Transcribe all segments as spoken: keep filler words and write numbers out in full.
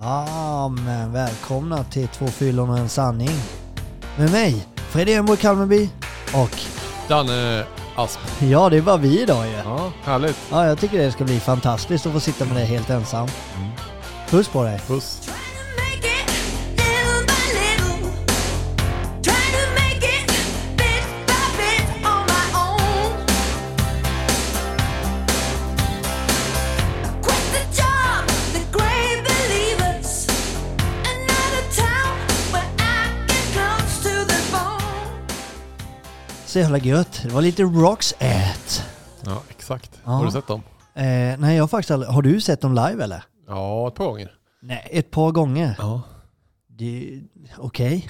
Ja, men välkomna till Två fyllon och en sanning. Med mig, Fredrik Enborg Kalmarby och Danne Asp. Ja, det är bara vi idag ju. Ja, härligt. Ja, jag tycker det ska bli fantastiskt att få sitta med dig helt ensam. Mm. Puss på dig. Puss. Så jävla gött. Det var lite Roxette. Ja, exakt. Ja. Har du sett dem? Eh, nej, jag har faktiskt aldrig... Har du sett dem live eller? Ja, ett par gånger. Nej, ett par gånger. Ja. Det... Okej.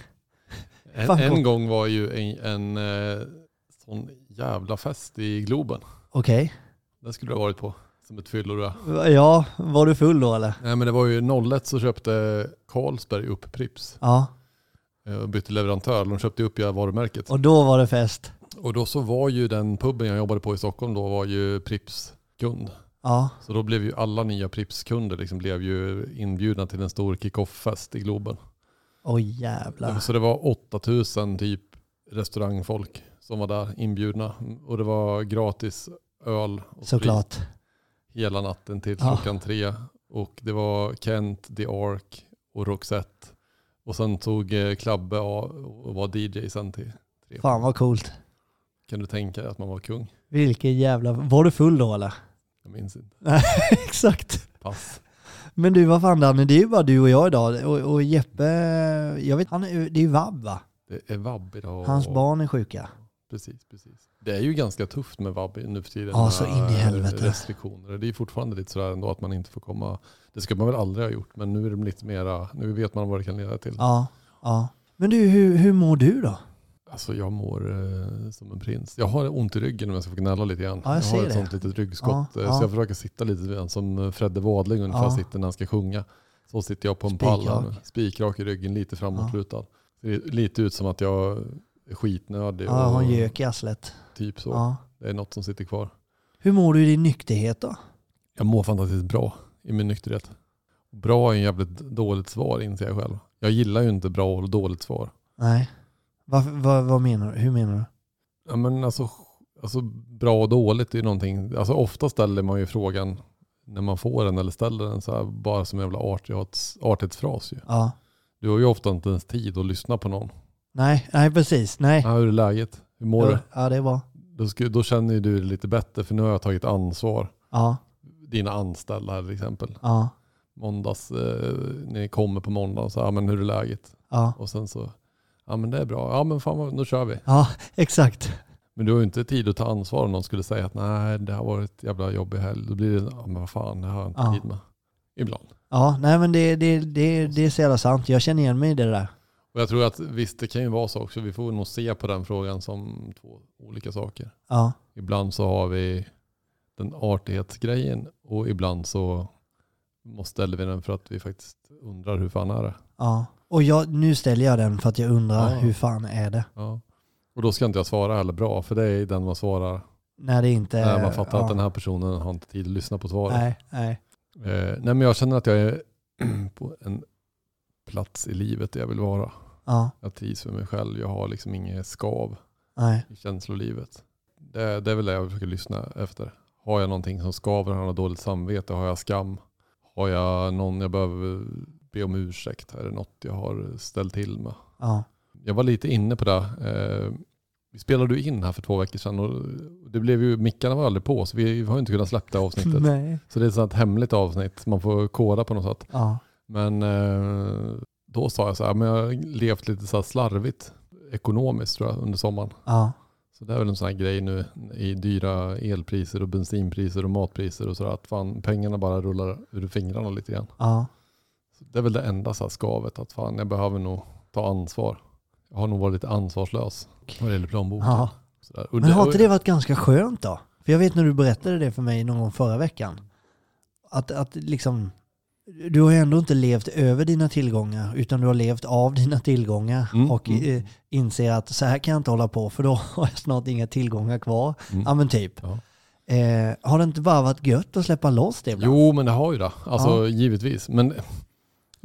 En, Fan, en gott. gång var ju en, en eh, sån jävla fest i Globen. Okej. Den skulle du ha varit på. Som ett fyllor. Ja, var du full då eller? Nej, men det var ju noll ett så köpte Carlsberg upp Pripps. Ja. Och bytte leverantör. De köpte upp ja, varumärket. Och då var det fest. Och då så var ju den puben jag jobbade på i Stockholm då var ju Pripps kund. Ja. Så då blev ju alla nya Pripps-kunder liksom blev ju inbjudna till en stor kick-off-fest i Globen. Oj jävlar. Så det var åtta tusen typ restaurangfolk som var där inbjudna. Och det var gratis öl och Såklart. sprit hela natten till Ja. klockan tre. Och det var Kent, The Ark och Roxette. Och sen tog eh, Klabbe och var D J sen till tre. Fan vad coolt. Kan du tänka dig att man var kung? Vilken jävla... Var du full då eller? Jag minns inte. Nej, exakt. Pass. Men du, vad fan Danne, det är ju bara du och jag idag. Och, och Jeppe, jag vet, han är, det är ju vabb va? Det är vabb idag. Hans barn är sjuka. Precis, precis. Det är ju ganska tufft med vabb nu för tiden. Ja, så in i helvete. Restriktioner. Det är fortfarande lite sådär ändå att man inte får komma. Det ska man väl aldrig ha gjort. Men nu är det lite mera, nu vet man vad det kan leda till. Ja, ja. Men du, hur, hur mår du då? Alltså jag mår eh, som en prins. Jag har ont i ryggen om jag ska få gnälla lite grann. Ja, jag jag ser har ett det. sånt litet ryggskott. Ja, eh, ja. Så jag försöker sitta lite grann som Fredde Wadling ungefär Ja. sitter när han ska sjunga. Så sitter jag på en Spikrak. pall här nu. Spikrak i ryggen, lite framåtlutad. Det är lite ut som att jag är skitnödig. Ja, och har en gök i arslet. typ så. Ja. Det är något som sitter kvar. Hur mår du i din nykterhet då? Jag mår fantastiskt bra i min nykterhet. Bra är en jävligt dåligt svar inser jag själv. Jag gillar ju inte bra och dåligt svar. Nej. Vad, vad, vad menar du? Hur menar du? Ja, men alltså, alltså bra och dåligt är ju någonting. Alltså ofta ställer man ju frågan när man får den eller ställer den så här, bara som en jävla artighets, artighetsfras ju. Ja. Du har ju ofta inte ens tid att lyssna på någon. Nej, nej precis. Nej. Ja, hur är läget? Hur mår Ja, du? ja, det är bra. Då, ska, då känner ju du dig lite bättre för nu har jag tagit ansvar. Ja, Dina anställda här till exempel. ja, Måndags, eh, när ni kommer på måndag så ja men hur är läget? ja. Och sen så, ja men det är bra. Ja men fan vad- nu kör vi. Ja, exakt. Men du har ju inte tid att ta ansvar om någon skulle säga att nej det har varit jävla jobbig helg. Då blir det, ja men vad fan det har jag inte Ja. tid med. Ibland. Ja, nej men det, det, det, det är så jävla sant. Jag känner igen mig i det där. Och jag tror att visst det kan ju vara så också. Vi får nog se på den frågan som två olika saker. Ja, Ibland så har vi den artighetsgrejen och ibland så måste ställa vi den för att vi faktiskt undrar hur fan är det. ja. Och jag, nu ställer jag den för att jag undrar Ja. hur fan är det? Ja. Och då ska inte jag svara heller bra för det är den man svarar När det inte är... när man fattar ja. att den här personen har inte tid att lyssna på svaret. Nej, nej. Eh, nej men jag känner att jag är på en plats i livet där jag vill vara. Ja, Jag trivs med mig själv. Jag har liksom inget skav nej. i känslolivet. Det, det är väl det jag försöker lyssna efter. Har jag någonting som skaver? Har jag något dåligt samvete? Har jag skam? Har jag någon jag behöver be om ursäkt? Är det något jag har ställt till med? Ja, Jag var lite inne på det. Eh, vi spelade ju in här för två veckor sedan och det blev ju, mickarna var aldrig på så vi har inte kunnat släppa det avsnittet. nej. Så det är ett sånt hemligt avsnitt. Man får koda på något sätt. Ja, Men eh, då sa jag så här, men jag har levt lite så här slarvigt ekonomiskt tror jag under sommaren. ja, Så det är väl en sån här grej nu i dyra elpriser och bensinpriser och matpriser och sådär att fan pengarna bara rullar ur fingrarna lite grann. ja. Så det är väl det enda så här skavet att fan jag behöver nog ta ansvar. Jag har nog varit lite ansvarslös vad det gäller plånboken. ja. Sådär. Och Men har det- inte det varit ganska skönt då? För jag vet när du berättade det för mig någon gång förra veckan. Att, att liksom... Du har ju ändå inte levt över dina tillgångar utan du har levt av dina tillgångar Mm, och mm. eh, inser att så här kan jag inte hålla på för då har jag snart inga tillgångar kvar. Mm. Ja men typ. Ja. Eh, har det inte bara varit gött att släppa loss det ibland? Jo, men det har ju det. Alltså Ja. givetvis. Men det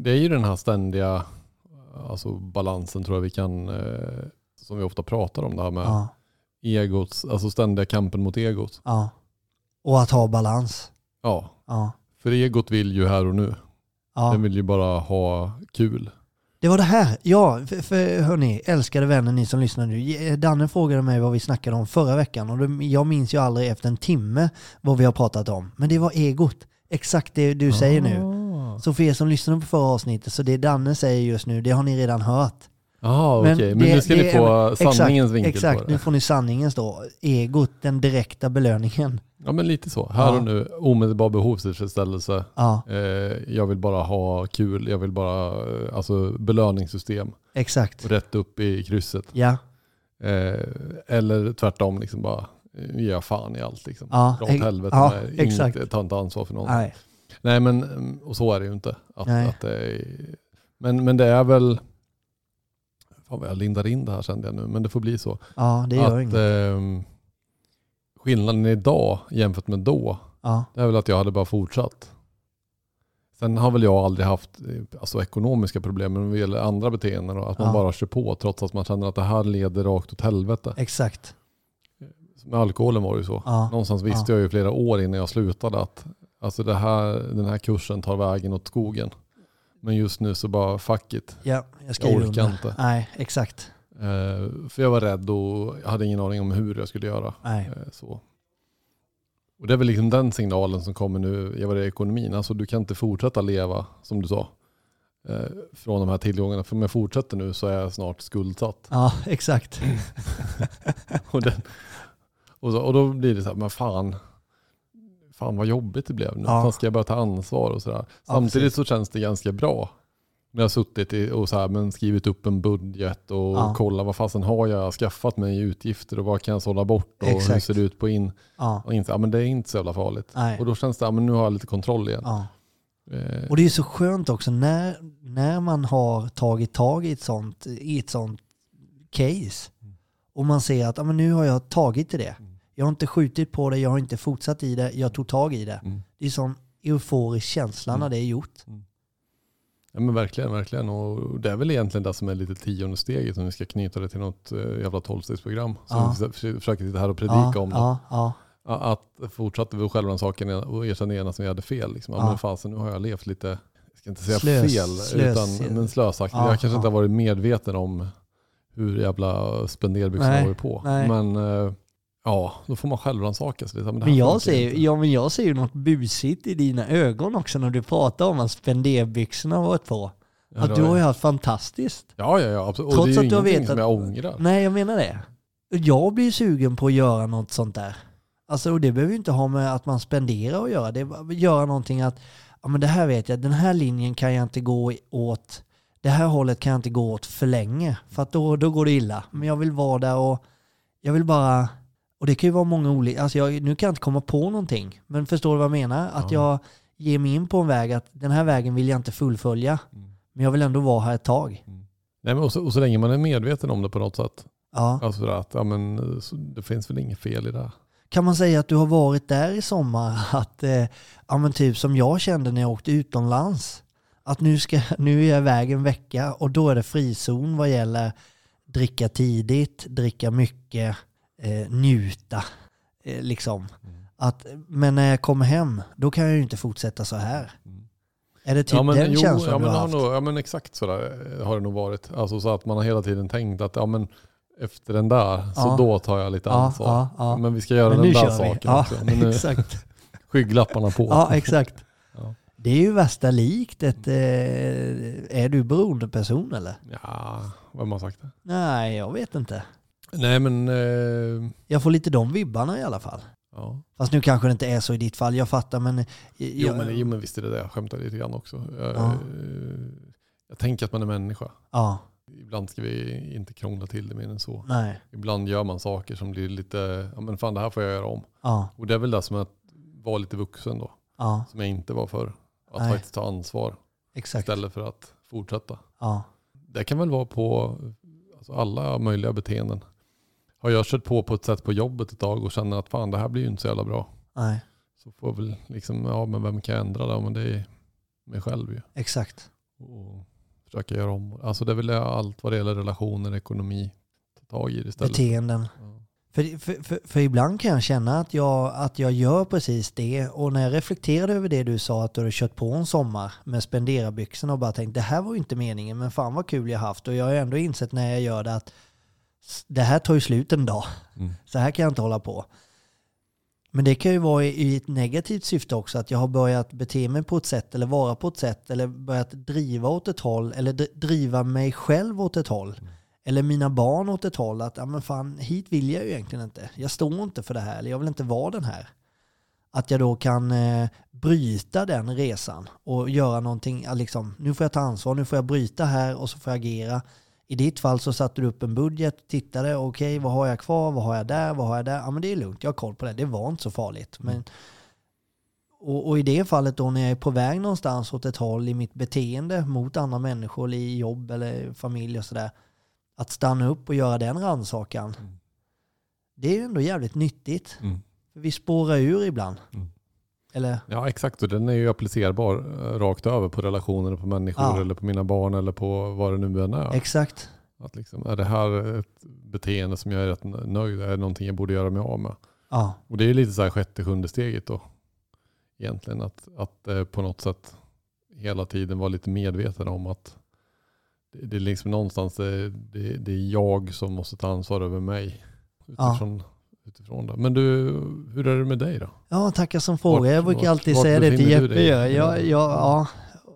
det är ju den här ständiga alltså balansen tror jag vi kan, eh, som vi ofta pratar om det här med Ja. egots, alltså ständiga kampen mot egot. Ja. Och att ha balans. Ja, Ja. för egot vill ju här och nu. Ja. Den vill ju bara ha kul. Det var det här. Ja, för, för hörni, älskade vänner, ni som lyssnar nu. Danne frågade mig vad vi snackade om förra veckan. Och det, jag minns ju aldrig efter en timme vad vi har pratat om. Men det var egot. Exakt det du säger nu. Så för er som lyssnar på förra avsnittet, så det Danne säger just nu, det har ni redan hört. Ja, okej. Okay. Men, men nu ska ni få exakt, sanningens vinkel exakt, på det. Nu får ni sanningens då. Egot, den direkta belöningen. Ja, men lite så. Här ja. och nu, omedelbar behovstillfredsställelse. Ja. Eh, jag vill bara ha kul. Jag vill bara, alltså belöningssystem. Exakt. Rätt upp i krysset. Ja. Eh, eller tvärtom, liksom bara ge jag fan i allt. Liksom. Ja. Dra åt helvete ja, med exakt. inget, ta inte ansvar för någon. Nej. Nej, men och så är det ju inte. Att, Nej. att det är, men, men det är väl, fan vad jag lindar in det här kände jag nu, men det får bli så. Ja, det gör att, inget. Eh, skillnaden idag jämfört med då, Ja. det är väl att jag hade bara fortsatt. Sen har väl jag aldrig haft alltså, ekonomiska problem, men vad gäller andra beteenden. Att man Ja. bara kör på trots att man känner att det här leder rakt åt helvete. Exakt. Med alkoholen var det ju så. Ja. Någonstans visste Ja. jag ju flera år innan jag slutade att alltså det här, den här kursen tar vägen åt skogen. Men just nu så bara fuck it. Ja, jag skriver Jag orkar under. inte. Nej, exakt. Eh, för jag var rädd och jag hade ingen aning om hur jag skulle göra. Nej. Eh, så. Och det är väl liksom den signalen som kommer nu i vad det är ekonomin. Alltså du kan inte fortsätta leva som du sa. Eh, från de här tillgångarna. För om jag fortsätter nu så är jag snart skuldsatt. Ja, exakt. och, den, och, så, och då blir det så här, men fan. Fan vad jobbigt det blev nu. Ja. Fan ska jag börja ta ansvar och sådär. Ja, Samtidigt precis. så känns det ganska bra. När jag har suttit i, och så här, men skrivit upp en budget och Ja. kolla vad fasen har jag skaffat mig i utgifter och vad kan jag sålla bort och Exakt. hur ser det ut på in. Ja. Och inte, ja, men det är inte så jävla farligt. Nej. Och då känns det, ja, men nu har jag lite kontroll igen. Ja. Eh, Och det är så skönt också när, när man har tagit tag i ett sånt, i ett sånt case och man ser att ja, men nu har jag tagit i det. Jag har inte skjutit på det, jag har inte fortsatt i det, jag tog tag i det. mm. Det är sån euforisk känsla när Mm. det är gjort. Ja men verkligen, verkligen. Och det är väl egentligen det som är lite tionde steget om vi ska knyta det till något eh, jävla tolvstegsprogram. Som Ja. vi försöker, försöker sitta här och predika Ja, om det. ja, ja, Att fortsatte vi själva saken och erkänna igen att vi hade fel. Liksom. Ja, Ja. men fasen, nu har jag levt lite, jag ska inte säga Slös- fel, slös- utan men slösaktigt. Ja, jag kanske ja. inte har varit medveten om hur jävla spenderbyxorna Nej, har varit på. nej. Men eh, ja, då får man själv rannsaka sig lite. Men, det här Men jag funkar ser, inte. ja, men jag ser ju något busigt i dina ögon också när du pratar om att spenderbyxorna har varit på. Ja, Att det du har har ju jag- haft fantastiskt. Ja, ja, ja. Absolut. Och Trots det är ju att du har ingenting vetat- som jag ångrar. Nej, jag menar det. Jag blir sugen på att göra något sånt där. Alltså, och det behöver ju inte ha med att man spenderar att göra. Det är bara att göra någonting att, ja men det här vet jag, den här linjen kan jag inte gå åt, det här hållet kan jag inte gå åt för länge. För att då, då går det illa. Men jag vill vara där och jag vill bara, och det kan ju vara många olika, alltså jag, nu kan jag inte komma på någonting. Men förstår du vad jag menar? Att Ja. jag ger mig in på en väg, att den här vägen vill jag inte fullfölja. Mm. Men jag vill ändå vara här ett tag. Nej, men och, så, och så länge man är medveten om det på något sätt. Ja. Alltså för att ja, men, så, det finns väl inget fel i det. Kan man säga att du har varit där i sommar? Att, eh, ja men typ som jag kände när jag åkte utomlands. Att nu, ska, nu är jag iväg en vecka och då är det frizon vad gäller dricka tidigt, dricka mycket, eh, njuta. Eh, liksom. Mm. Att, men när jag kommer hem, då kan jag ju inte fortsätta så här. Mm. Är det typ ja, men, den jo, känslan ja, du men, har har haft? nog, ja men exakt sådär har det nog varit. Alltså så att man har hela tiden tänkt att ja men efter den där så Ja. då tar jag lite Ja, ansvar. ja, ja. Men vi ska göra Men den nu där kör vi. saken Ja, också. Men nu, exakt. skygglapparna på. Ja, exakt. Ja. Det är ju värsta likt ett, eh, är du beroendeperson eller? Ja, vad har man sagt det? Nej, jag vet inte. Nej men, eh, Jag får lite de vibbarna i alla fall. ja. Fast nu kanske det inte är så i ditt fall, jag fattar men... Jag, Jo, men, jo men visst är det det. Jag skämtar lite grann också. Jag, Ja. jag tänker att man är människa. Ja, Ibland ska vi inte krångla till det mer än så. nej. Ibland gör man saker som blir lite, ja men fan det här får jag göra om. Ja, Och det är väl det som att vara lite vuxen då. ja, Som jag inte var förr. Att Nej. faktiskt ta ansvar exakt. istället för att fortsätta. Ja, Det kan väl vara på alltså alla möjliga beteenden. Har jag kört på på ett sätt på jobbet ett tag och känner att fan det här blir ju inte så jävla bra. nej, Så får väl liksom, ja men vem kan jag ändra det? Men det är mig själv ju. exakt. och försöka göra om. Alltså det är väl allt vad det gäller relationer, ekonomi, ta tag i det istället. Beteenden. Ja. För, för, för, för ibland kan jag känna att jag, att jag gör precis det. Och när jag reflekterade över det du sa, att du hade kört på en sommar med spenderarbyxorna och bara tänkt, det här var ju inte meningen, men fan vad kul jag haft. Och jag har ändå insett när jag gör det att det här tar ju slut en dag. Mm. Så här kan jag inte hålla på. Men det kan ju vara i, i ett negativt syfte också, att jag har börjat bete mig på ett sätt eller vara på ett sätt eller börjat driva åt ett håll eller d- driva mig själv åt ett håll. Mm. Eller mina barn åt ett håll, att ja, men fan, hit vill jag ju egentligen inte. Jag står inte för det här, eller jag vill inte vara den här. Att jag då kan eh, bryta den resan och göra någonting, liksom, nu får jag ta ansvar, nu får jag bryta här och så får jag agera. I ditt fall så satte du upp en budget, tittade, okej, okay, vad har jag kvar, vad har jag där, vad har jag där? Ja, men det är lugnt, jag har koll på det, det var inte så farligt. Men, och, och i det fallet då när jag är på väg någonstans åt ett håll i mitt beteende mot andra människor i jobb eller familj och sådär, att stanna upp och göra den rannsakan, mm. det är ju ändå jävligt nyttigt. Mm. För vi spårar ur ibland. Mm. Eller? Ja, exakt. Och den är ju applicerbar rakt över på relationer, på människor ja. Eller på mina barn eller på vad det nu än är. Exakt. Att liksom, är det här ett beteende som jag är rätt nöjd med? Är det någonting jag borde göra mig av med? Ja. Och det är lite så här sjätte, sjunde steget då. Egentligen att, att eh, på något sätt hela tiden vara lite medveten om att det är liksom någonstans det, det, det är jag som måste ta ansvar över mig utifrån, ja. utifrån det. Men du, hur är det med dig då? Ja, tackar som fråga. Jag brukar alltid vart säga det till Jeppe. Jag, jag, jag, ja.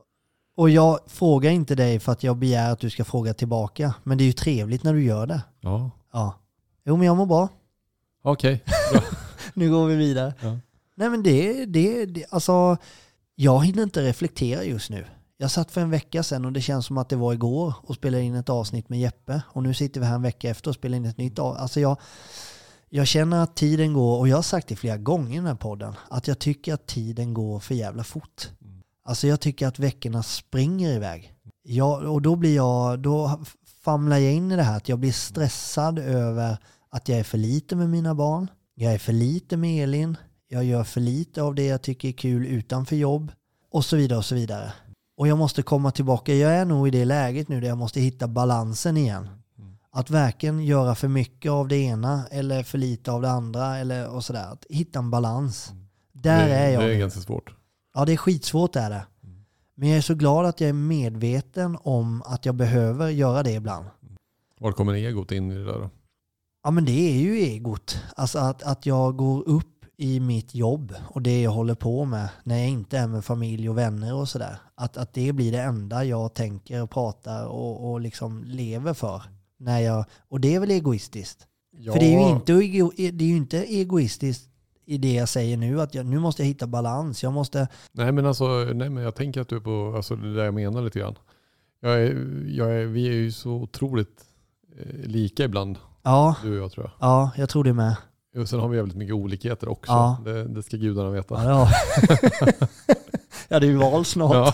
Och jag frågar inte dig för att jag begär att du ska fråga tillbaka. Men det är ju trevligt när du gör det. Ja. Ja. Jo, men jag mår bra. Okej. Okay. Nu går vi vidare. Ja. Nej, men det, det, det, alltså, jag hinner inte reflektera just nu. Jag satt för en vecka sedan och det känns som att det var igår och spelade in ett avsnitt med Jeppe. Och nu sitter vi här en vecka efter och spelar in ett nytt avsnitt. Alltså jag, jag känner att tiden går, och jag har sagt det flera gånger i den här podden, att jag tycker att tiden går för jävla fort. Mm. Alltså jag tycker att veckorna springer iväg. Jag, och då blir jag, då famlar jag in i det här att jag blir stressad över att jag är för lite med mina barn. Jag är för lite med Elin. Jag gör för lite av det jag tycker är kul utanför jobb. Och så vidare och så vidare. Och jag måste komma tillbaka. Jag är nog i det läget nu där jag måste hitta balansen igen. Mm. Att varken göra för mycket av det ena eller för lite av det andra. Eller och sådär. Att hitta en balans. Mm. Där det, är jag. Det är nu. ganska svårt. Ja, det är skitsvårt är det. Mm. Men jag är så glad att jag är medveten om att jag behöver göra det ibland. Mm. Var kommer egot in i det där då? Ja, men det är ju egot. Alltså att, att jag går upp i mitt jobb och det jag håller på med när jag inte är med familj och vänner och sådär. Att, att det blir det enda jag tänker och pratar och, och liksom lever för. När jag, och det är väl egoistiskt. Ja. För det är ju inte, det är ju inte egoistiskt i det jag säger nu, att jag, nu måste jag hitta balans. Jag måste... Nej, men alltså, nej, men jag tänker att du är på, alltså det där jag menar lite grann. Jag är, jag är, vi är ju så otroligt eh, lika ibland. Ja. Du och jag, tror jag. Ja, jag tror det med. Och sen har vi jävligt mycket olikheter också. Ja. Det, det ska gudarna veta. Ja, ja, det är ju val snart. Ja.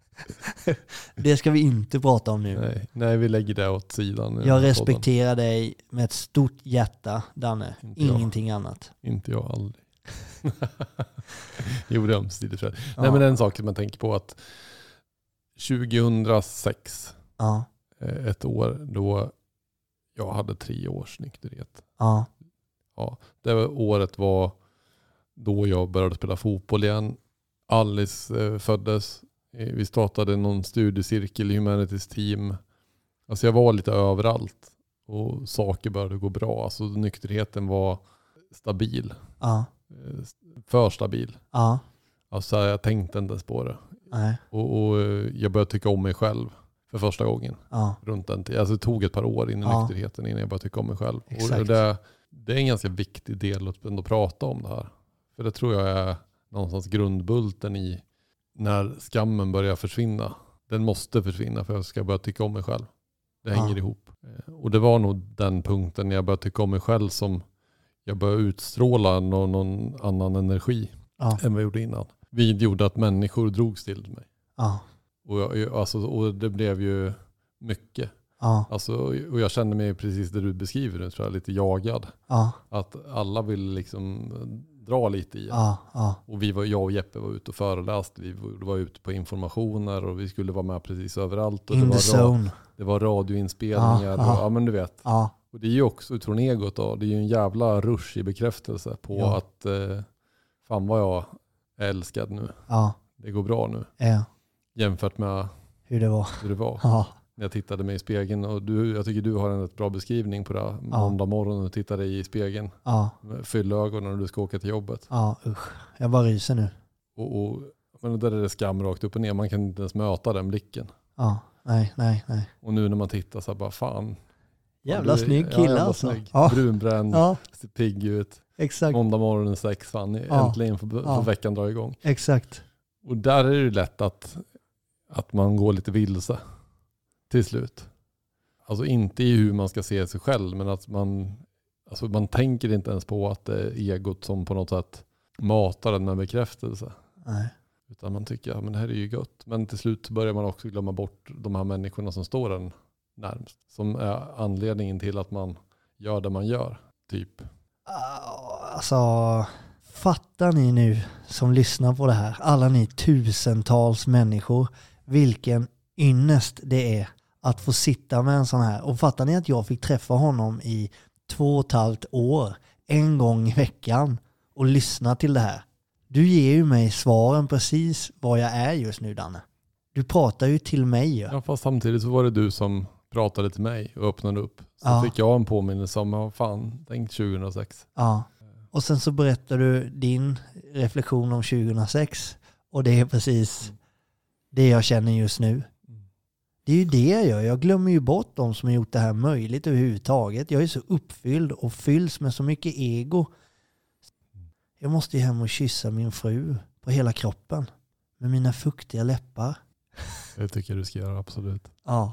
Det ska vi inte prata om nu. Nej, nej, vi lägger det åt sidan. Jag respekterar podden. Dig med ett stort hjärta, Danne. Inte Ingenting jag. annat. Inte jag, aldrig. Jo, det är ömsesidigt. Ja. Nej, men en sak som man tänker på att tjugohundrasex, ja. ett år då jag hade tre års nykterhet. Ja. Ja, det året var då jag började spela fotboll igen. Alice eh, föddes. Vi startade någon studiecirkel i Humanities team. Alltså jag var lite överallt. Och saker började gå bra. Alltså nykterheten var stabil. Ja. För stabil. Ja. Alltså jag tänkte inte ens på det. Nej. Och, och jag började tycka om mig själv. För första gången. Ja. Runt den tiden. Alltså det tog ett par år in i ja. nykterheten innan jag började tycka om mig själv. Exakt. Och det, det är en ganska viktig del att ändå prata om det här. För det tror jag är någonstans grundbulten i när skammen börjar försvinna. Den måste försvinna för att jag ska börja tycka om mig själv. Det hänger ja. ihop. Och det var nog den punkten när jag började tycka om mig själv som jag började utstråla någon, någon annan energi ja. än vad jag gjorde innan. Vi gjorde att människor drogs till mig. Ja. Och, jag, alltså, och det blev ju mycket. Ja. Alltså, och jag kände mig precis det du beskriver nu, tror jag, lite jagad. Ja. Att alla vill liksom dra lite i. Ja, ja. Och vi var, jag och Jeppe var ute och föreläste. Vi var, var ute på informationer och vi skulle vara med precis överallt. Och In det var the zone. Det var radioinspelningar. Ja, och, ja. ja men du vet. Ja, Och det är ju också utifrån egot då. Det är ju en jävla rush i bekräftelse på Ja. att eh, fan vad jag är älskad nu. ja, Det går bra nu. ja. Jämfört med Hur det var. hur det var. Ja, När jag tittade mig i spegeln. Och du, jag tycker du har en rätt bra beskrivning på det. Måndag morgon och tittade i spegeln. ja, Fyll ögonen när du ska åka till jobbet. ja, usch. Jag bara ryser nu. Och, och, men där är det skam rakt upp och ner. Man kan inte ens möta den blicken. Ja, nej, nej, nej. Och nu när man tittar så här bara fan. Jävla du är- snygg ja, kille jävla alltså. snygg. Ja, Brunbränd, ja, ser pigg ut. exakt. Måndag morgonen sex, fan Ja. äntligen får, får Ja. veckan dra igång. Exakt. Och där är det lätt att, att man går lite vilse till slut. Alltså inte i hur man ska se sig själv, men att man, alltså man tänker inte ens på att det är egot som på något sätt matar den med bekräftelse. Nej. Utan man tycker, ja men det här är ju gott. Men till slut börjar man också glömma bort de här människorna som står en närmst. Som är anledningen till att man gör det man gör, typ. Alltså, fattar ni nu som lyssnar på det här, alla ni tusentals människor, vilken ynnest det är att få sitta med en sån här. Och fattar ni att jag fick träffa honom i två och ett halvt år, en gång i veckan, och lyssna till det här. Du ger ju mig svaren precis vad jag är just nu, Danne. Du pratar ju till mig ju. Ja, fast samtidigt så var det du som pratade till mig och öppnade upp. Så Ja. fick jag en påminnelse om, ja fan, tänk tjugohundrasex. Ja. Och sen så berättar du din reflektion om tjugohundrasex. Och det är precis det jag känner just nu. Det är ju det jag gör. Jag glömmer ju bort de som har gjort det här möjligt överhuvudtaget. Jag är så uppfylld och fylls med så mycket ego. Jag måste ju hem och kyssa min fru på hela kroppen. Med mina fuktiga läppar. Det tycker jag du ska göra, absolut. Ja.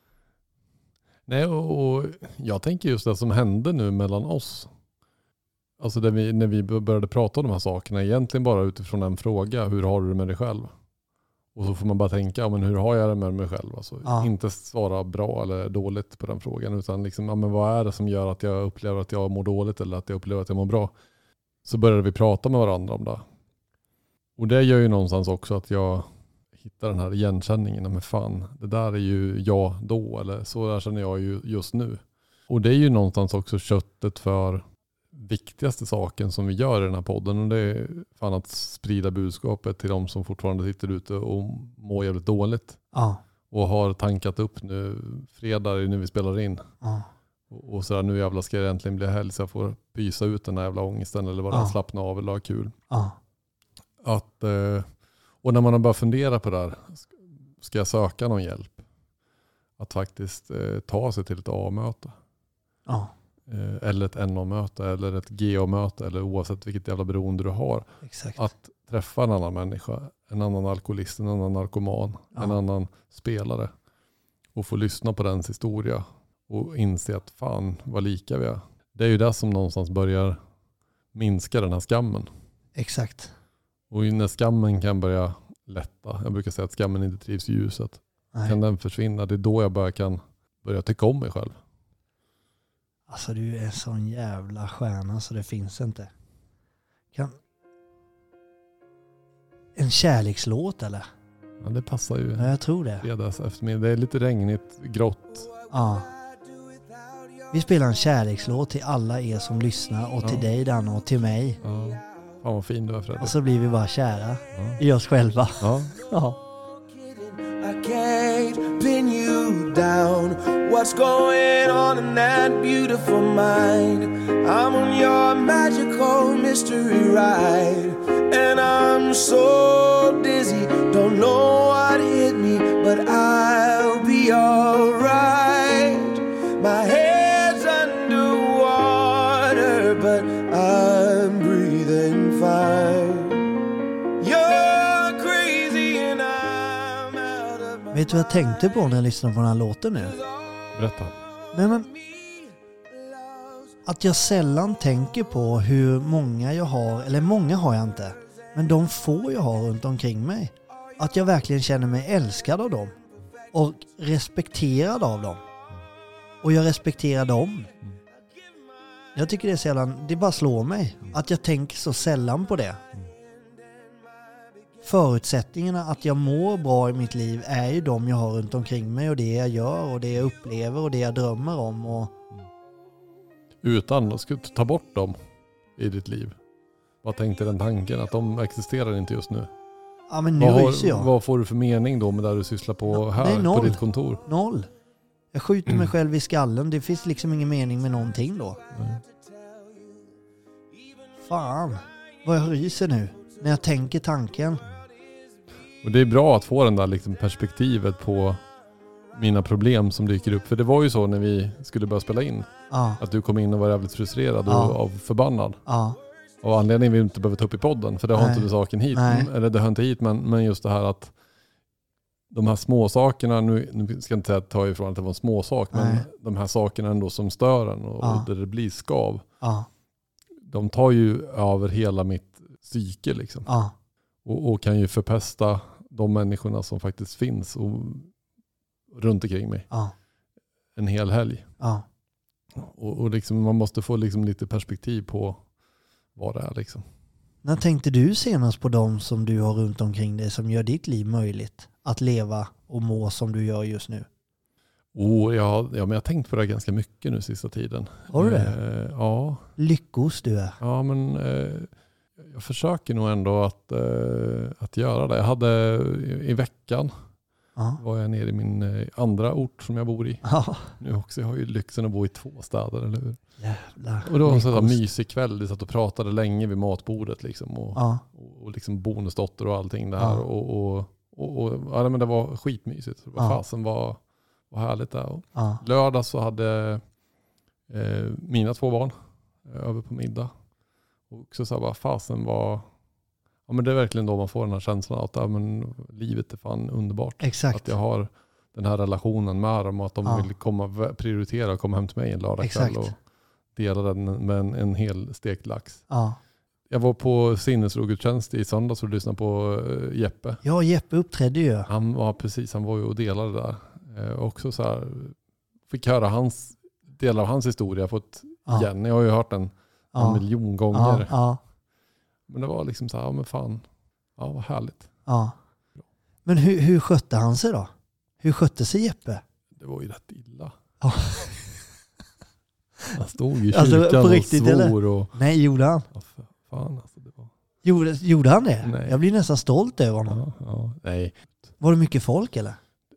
Nej, och, och jag tänker just det som hände nu mellan oss. Alltså där vi, när vi började prata om de här sakerna, egentligen bara utifrån en fråga, hur har du det med dig själv? Och så får man bara tänka, ja, men hur har jag det med mig själv? Alltså, Ja. inte svara bra eller dåligt på den frågan, utan liksom, ja, men vad är det som gör att jag upplever att jag mår dåligt eller att jag upplever att jag mår bra? Så började vi prata med varandra om det. Och det gör ju någonstans också att jag hittar den här igenkänningen. Men fan, det där är ju jag då, eller så där känner jag ju just nu. Och det är ju någonstans också köttet för viktigaste saken som vi gör i den här podden. Och det är fan att sprida budskapet till de som fortfarande sitter ute och mår jävligt dåligt. Ja. Och har tankat upp nu, fredag är nu vi spelar in. Ja. Och, och sådär, nu jävla ska det äntligen bli helg så jag får pysa ut den här jävla ångesten eller bara Ja. slappna av eller ha kul. Ja. Att, eh, och när man har börjat fundera på det här, ska jag söka någon hjälp? Att faktiskt eh, ta sig till ett A-möte. Ja. Eh, eller ett N A-möte eller ett G A-möte eller oavsett vilket jävla beroende du har. Exakt. Att träffa en annan människa, en annan alkoholist, en annan narkoman, Ja. en annan spelare. Och få lyssna på dens historia och inse att fan vad lika vi är. Det är ju det som någonstans börjar minska den här skammen. Exakt. Och när skammen kan börja lätta, jag brukar säga att skammen inte trivs i ljuset, Nej. kan den försvinna, det är då jag bara kan börja tycka om mig själv. Alltså du är en sån jävla stjärna så det finns inte. Kan... En kärlekslåt eller? Ja, det passar ju. Ja, jag tror det. Fredags eftermiddag. Det är lite regnigt, grått. Ja. Vi spelar en kärlekslåt till alla er som lyssnar och till Ja. dig Dan och till mig. Ja. Fan vad fin du är, Fredrik. Och så blir vi bara kära Ja. i oss själva. Ja. Ja. I can't pin you down. What's going on in that beautiful mind? I'm on your magical mystery ride, and I'm so dizzy, don't know what hit me, but I'll be alright. My head's underwater, but I'm breathing fine. You're crazy and I'm out of my Vet du vad jag tänkte på när jag lyssnade på den här låten nu? Berätta. Nej, men att jag sällan tänker på hur många jag har, eller många har jag inte, men de få jag har runt omkring mig. Att jag verkligen känner mig älskad av dem och respekterad av dem. Och jag respekterar dem. Jag tycker det är sällan, det bara slår mig att jag tänker så sällan på det. Förutsättningarna att jag mår bra i mitt liv är ju de jag har runt omkring mig och det jag gör och det jag upplever och det jag drömmer om. Och... Utan, ska du ta bort dem i ditt liv? Vad tänkte den tanken? Att de existerar inte just nu? Ja, men nu vad, ryser jag. Vad får du för mening då med det du sysslar på no, här nej, på ditt kontor? Noll. Jag skjuter mig själv i skallen. Det finns liksom ingen mening med någonting då. Mm. Fan, vad jag ryser nu när jag tänker tanken. Och det är bra att få den där liksom perspektivet på mina problem som dyker upp. För det var ju så när vi skulle börja spela in. Ja. Att du kom in och var jävligt frustrerad Ja. och, och förbannad. Ja. Och anledningen vi inte behöver ta upp i podden. För det har Nej. inte du saken hit. Nej. Eller det hör inte hit. Men, men just det här att de här små sakerna, nu, nu ska jag inte ta ifrån att det var en små sak. Men Nej. de här sakerna ändå som stör en och, Ja. och där det blir skav. Ja. De tar ju över hela mitt psyke liksom. Ja. Och, och kan ju förpesta de människorna som faktiskt finns och, runt omkring mig. Ja. En hel helg. Ja. Och, och liksom, man måste få liksom lite perspektiv på vad det är. Liksom. När tänkte du senast på dem som du har runt omkring dig som gör ditt liv möjligt att leva och må som du gör just nu? Oh, ja, ja, men jag har tänkt på det ganska mycket nu sista tiden. Har du det? Eh, ja. Lyckos du är. Ja, men eh, jag försöker nog ändå att, eh, att göra det. Jag hade i, i veckan Ja. var jag nere i min eh, andra ort som jag bor i. Ja. Nu också, jag har ju lyxen att bo i två städer, eller hur? Jävlar. Och det var en sån här Lyckos. mysig kväll. Vi satt och pratade länge vid matbordet liksom. Och, Ja. och, och liksom bonusdotter och allting det här. Ja. Och, och, och, och ja, men det var skitmysigt. Det var Ja. fasen var, var härligt där. Och Ja. lördag så hade eh, mina två barn eh, över på middag. Och också så här, bara fasen var... Ja, men det är verkligen då man får den här känslan att ja, men livet är fan underbart. Exakt. Att jag har den här relationen med dem och att de Ja. vill komma, prioritera och komma hem till mig en lördagkväll Exakt. och dela den med en, en hel stekt lax. Ja. Jag var på sinnesrogudstjänst i söndags och lyssnade på uh, Jeppe. Ja, Jeppe uppträdde ju. Han var precis, han var ju och delade där. Uh, också så här, fick höra hans del av hans historia. Fått Ja. igen. Jag har ju hört den en Ja. miljon gånger. Ja. Ja. Men det var liksom så här, ja men fan, ja vad härligt. Ja. Men hur, hur skötte han sig då? Hur skötte sig Jeppe? Det var ju rätt illa. Ja. Han stod i Alltså, kyrkan på och riktigt, svor eller? och... Nej, gjorde han? Ja, för fan alltså det var... Gjorde, gjorde han det? Nej. Jag blir nästan stolt över honom. Ja, ja, nej. Var det mycket folk eller?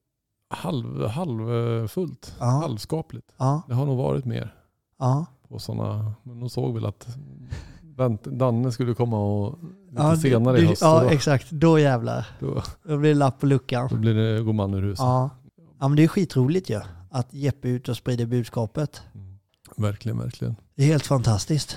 Halv, halvfullt. Ja. Halvskapligt. Ja. Det har nog varit mer Ja. på sådana... Men de såg väl att vänt, Danne skulle komma och lite Ja, senare du, i höst. ja, och då, exakt. Då jävlar. då, Då blir det lapp på luckan. då blir det gå man ur huset. Ja. Ja, men det är skitroligt ju. Att Jeppe är ute och sprider budskapet. Mm. Verkligen, verkligen. Det är helt fantastiskt.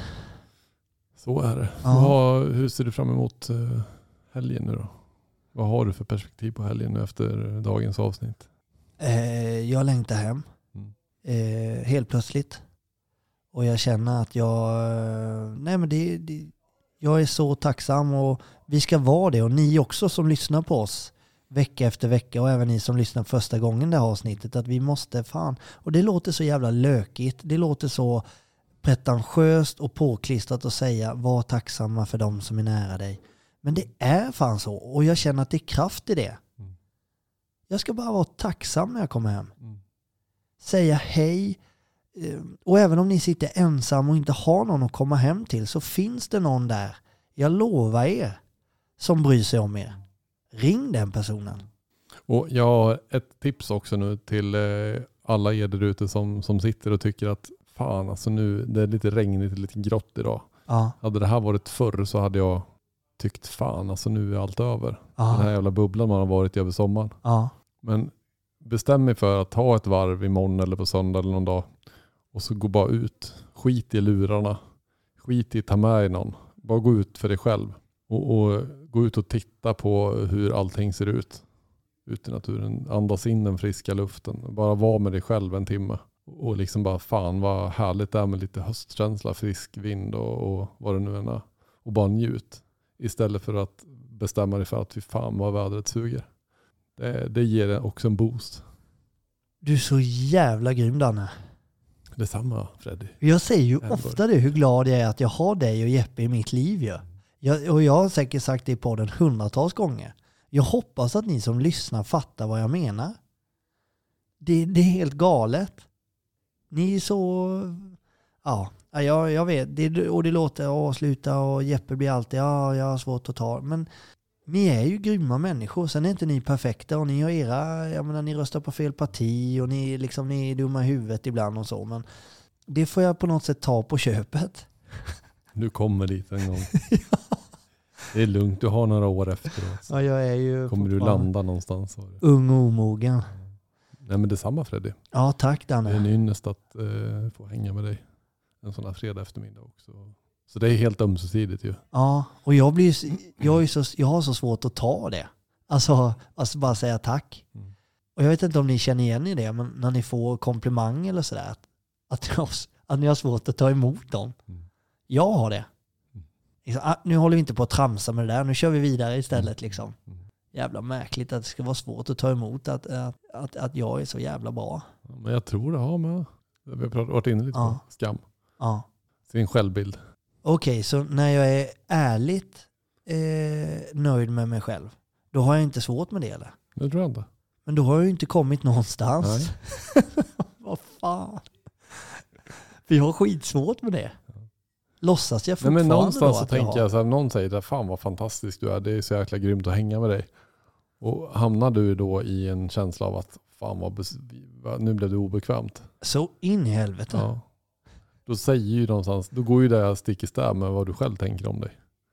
Så är det. Ja. Vad, hur ser du fram emot uh, helgen nu då? Vad har du för perspektiv på helgen nu efter dagens avsnitt? Eh, jag längtar hem. Mm. Eh, helt plötsligt. Och jag känner att jag... Nej men det, det... Jag är så tacksam och vi ska vara det. Och ni också som lyssnar på oss vecka efter vecka och även ni som lyssnar första gången det här avsnittet, att vi måste fan... Och det låter så jävla lökigt. Det låter så pretentiöst och påklistrat att säga var tacksamma för dem som är nära dig. Men det är fan så. Och jag känner att det är kraft i det. Mm. Jag ska bara vara tacksam när jag kommer hem. Mm. Säga hej. Och även om ni sitter ensam och inte har någon att komma hem till så finns det någon där. Jag lovar er som bryr sig om er. Ring den personen. Och jag har ett tips också nu till eh, alla er där ute som, som sitter och tycker att fan alltså nu det är lite regnigt, lite grått idag. Ja. Hade det här varit förr så hade jag tyckt fan alltså nu är allt över. Ja. Den här jävla bubblan man har varit i över sommaren. Ja. Men bestäm mig för att ta ett varv imorgon eller på söndag eller någon dag. Och så gå bara ut. Skit i lurarna. Skit i ta med någon. Bara gå ut för dig själv. Och, och gå ut och titta på hur allting ser ut. Ute i naturen. Andas in den friska luften. Bara vara med dig själv en timme. Och liksom bara fan vad härligt det är med lite höstkänsla, frisk vind och, och vad det nu än är. Och bara njut. Istället för att bestämma dig för att vi fan vad vädret suger. Det, det ger också en boost. Du är så jävla grym, Danne. Detsamma, Freddy. Jag säger ju Ändå. ofta det, hur glad jag är att jag har dig och Jeppe i mitt liv. Ja. Jag, och jag har säkert sagt det i podden hundratals gånger. Jag hoppas att ni som lyssnar fattar vad jag menar. Det, det är helt galet. Ni är så... Ja, jag, jag vet. Det, och det låter avsluta och Jeppe blir alltid, ja, jag har svårt att ta. Men ni är ju grymma människor. Sen är inte ni perfekta och ni har era, jag menar, ni röstar på fel parti och ni, liksom, ni är dumma i huvudet ibland och så. Men det får jag på något sätt ta på köpet. Du kommer dit en gång. Ja. Det är lugnt, du har några år efteråt. Ja, jag är ju kommer du landa någonstans? Ung och omogen. Nej, men detsamma, Freddy. Ja, tack Danne. Det är en ynnest att eh, få hänga med dig en sån här fredag eftermiddag också. Så det är helt ömsesidigt ju. Ja, och jag, blir, jag, är så, jag har så svårt att ta det. Alltså, alltså bara säga tack. Mm. Och jag vet inte om ni känner igen i det, men när ni får komplimang eller sådär, att, att, jag, att ni har svårt att ta emot dem. Mm. Jag har det. Liksom, ah, nu håller vi inte på att tramsa med det där, nu kör vi vidare istället. Liksom. Mm. Jävla märkligt att det ska vara svårt att ta emot att, att, att, att jag är så jävla bra. Ja, men jag tror det har med, vi har varit inne lite ja. på skam. Ja. Sin självbild. Okej, okay, så när jag är ärligt eh, nöjd med mig själv, då har jag inte svårt med det, eller? Det tror jag inte. Men då har jag ju inte kommit någonstans. Nej. Vad fan? Vi har skitsvårt med det. Ja. Låtsas jag fortfarande. Nej, men någonstans så att tänker jag, jag så här, någon säger att fan vad fantastisk du är, det är så jäkla grymt att hänga med dig. Och hamnar du då i en känsla av att fan vad bes- nu blev det obekvämt. Så in i helvete. Ja. Då säger ju någonstans, då går ju det stick i stäv med vad du själv tänker om dig.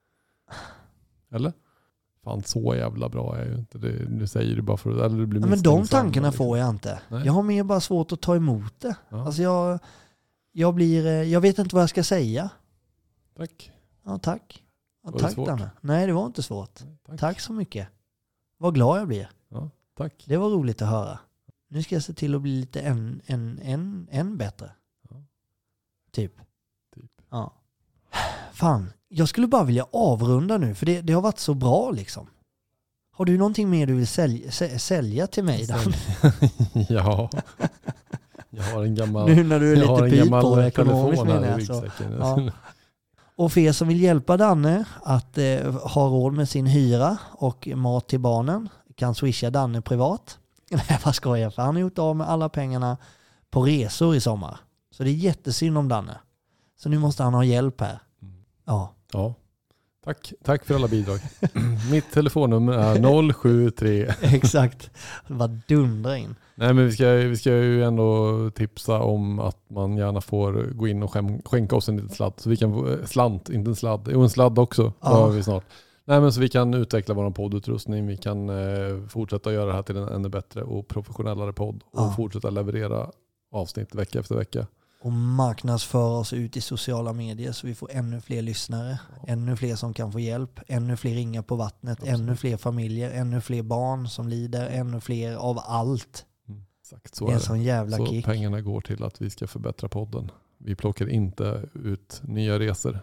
Eller? Fan, så jävla bra är jag ju inte. Det, nu säger du bara för eller du blir ja, men de tankarna liksom. får jag inte. Nej. Jag har mer bara svårt att ta emot det. Ja. Alltså jag, jag blir, jag vet inte vad jag ska säga. Tack. Ja, tack. Ja, var tack det svårt? Danne. Nej, det var inte svårt. Tack. Tack så mycket. Vad glad jag blir. Ja, tack. Det var roligt att höra. Nu ska jag se till att bli lite än, än, än, än bättre. Ja. Typ. typ. Ja. Fan, jag skulle bara vilja avrunda nu, för det, det har varit så bra liksom. Har du någonting mer du vill sälja, sälja till mig, Dan? Ja. Jag har en gammal, nu när du är lite pyt på ekonomiskt här menar i jag. ja. Och för er som vill hjälpa Danne att eh, ha råd med sin hyra och mat till barnen kan swisha Danne privat. Nej, vad skojar, för han har gjort av med alla pengarna på resor i sommar. Så det är jättesynd om Danne. Så nu måste han ha hjälp här. Ja. Ja. Tack, tack för alla bidrag. Mitt telefonnummer är noll sju tre. Exakt. Vad dundra in. Nej, men vi ska, vi ska ju ändå tipsa om att man gärna får gå in och skäm, skänka oss en liten sladd. Så vi kan, slant, inte en sladd. Jo, en sladd också. Ja. Har vi snart. Nej, men så vi kan utveckla vår poddutrustning. Vi kan eh, fortsätta göra det här till en ännu bättre och professionellare podd. Och ja. fortsätta leverera avsnitt vecka efter vecka. Och marknadsföra oss ut i sociala medier så vi får ännu fler lyssnare. Ja. Ännu fler som kan få hjälp. Ännu fler ringar på vattnet. Absolut. Ännu fler familjer. Ännu fler barn som lider. Ännu fler av allt. Mm. Exakt, så det är en är sån jävla så kick. Pengarna går till att vi ska förbättra podden. Vi plockar inte ut nya resor.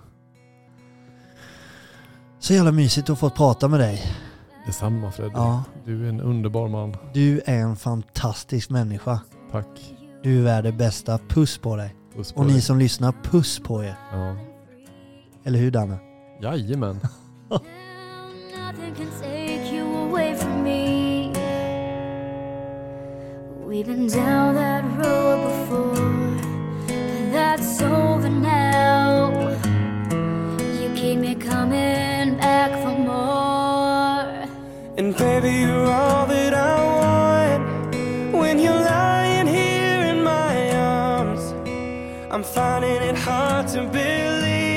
Så jävla mysigt att få prata med dig. Detsamma, Fredrik. Ja. Du är en underbar man. Du är en fantastisk människa. Tack. Du är det bästa. Puss på dig. Puss på och dig. ni som lyssnar, puss på er. Ja. Eller hur, Danne? Jajamän. We've been down that road before, but that's over now. You keep me coming back for more. And baby, you're all that I want. When you're lying here in my arms, I'm finding it hard to believe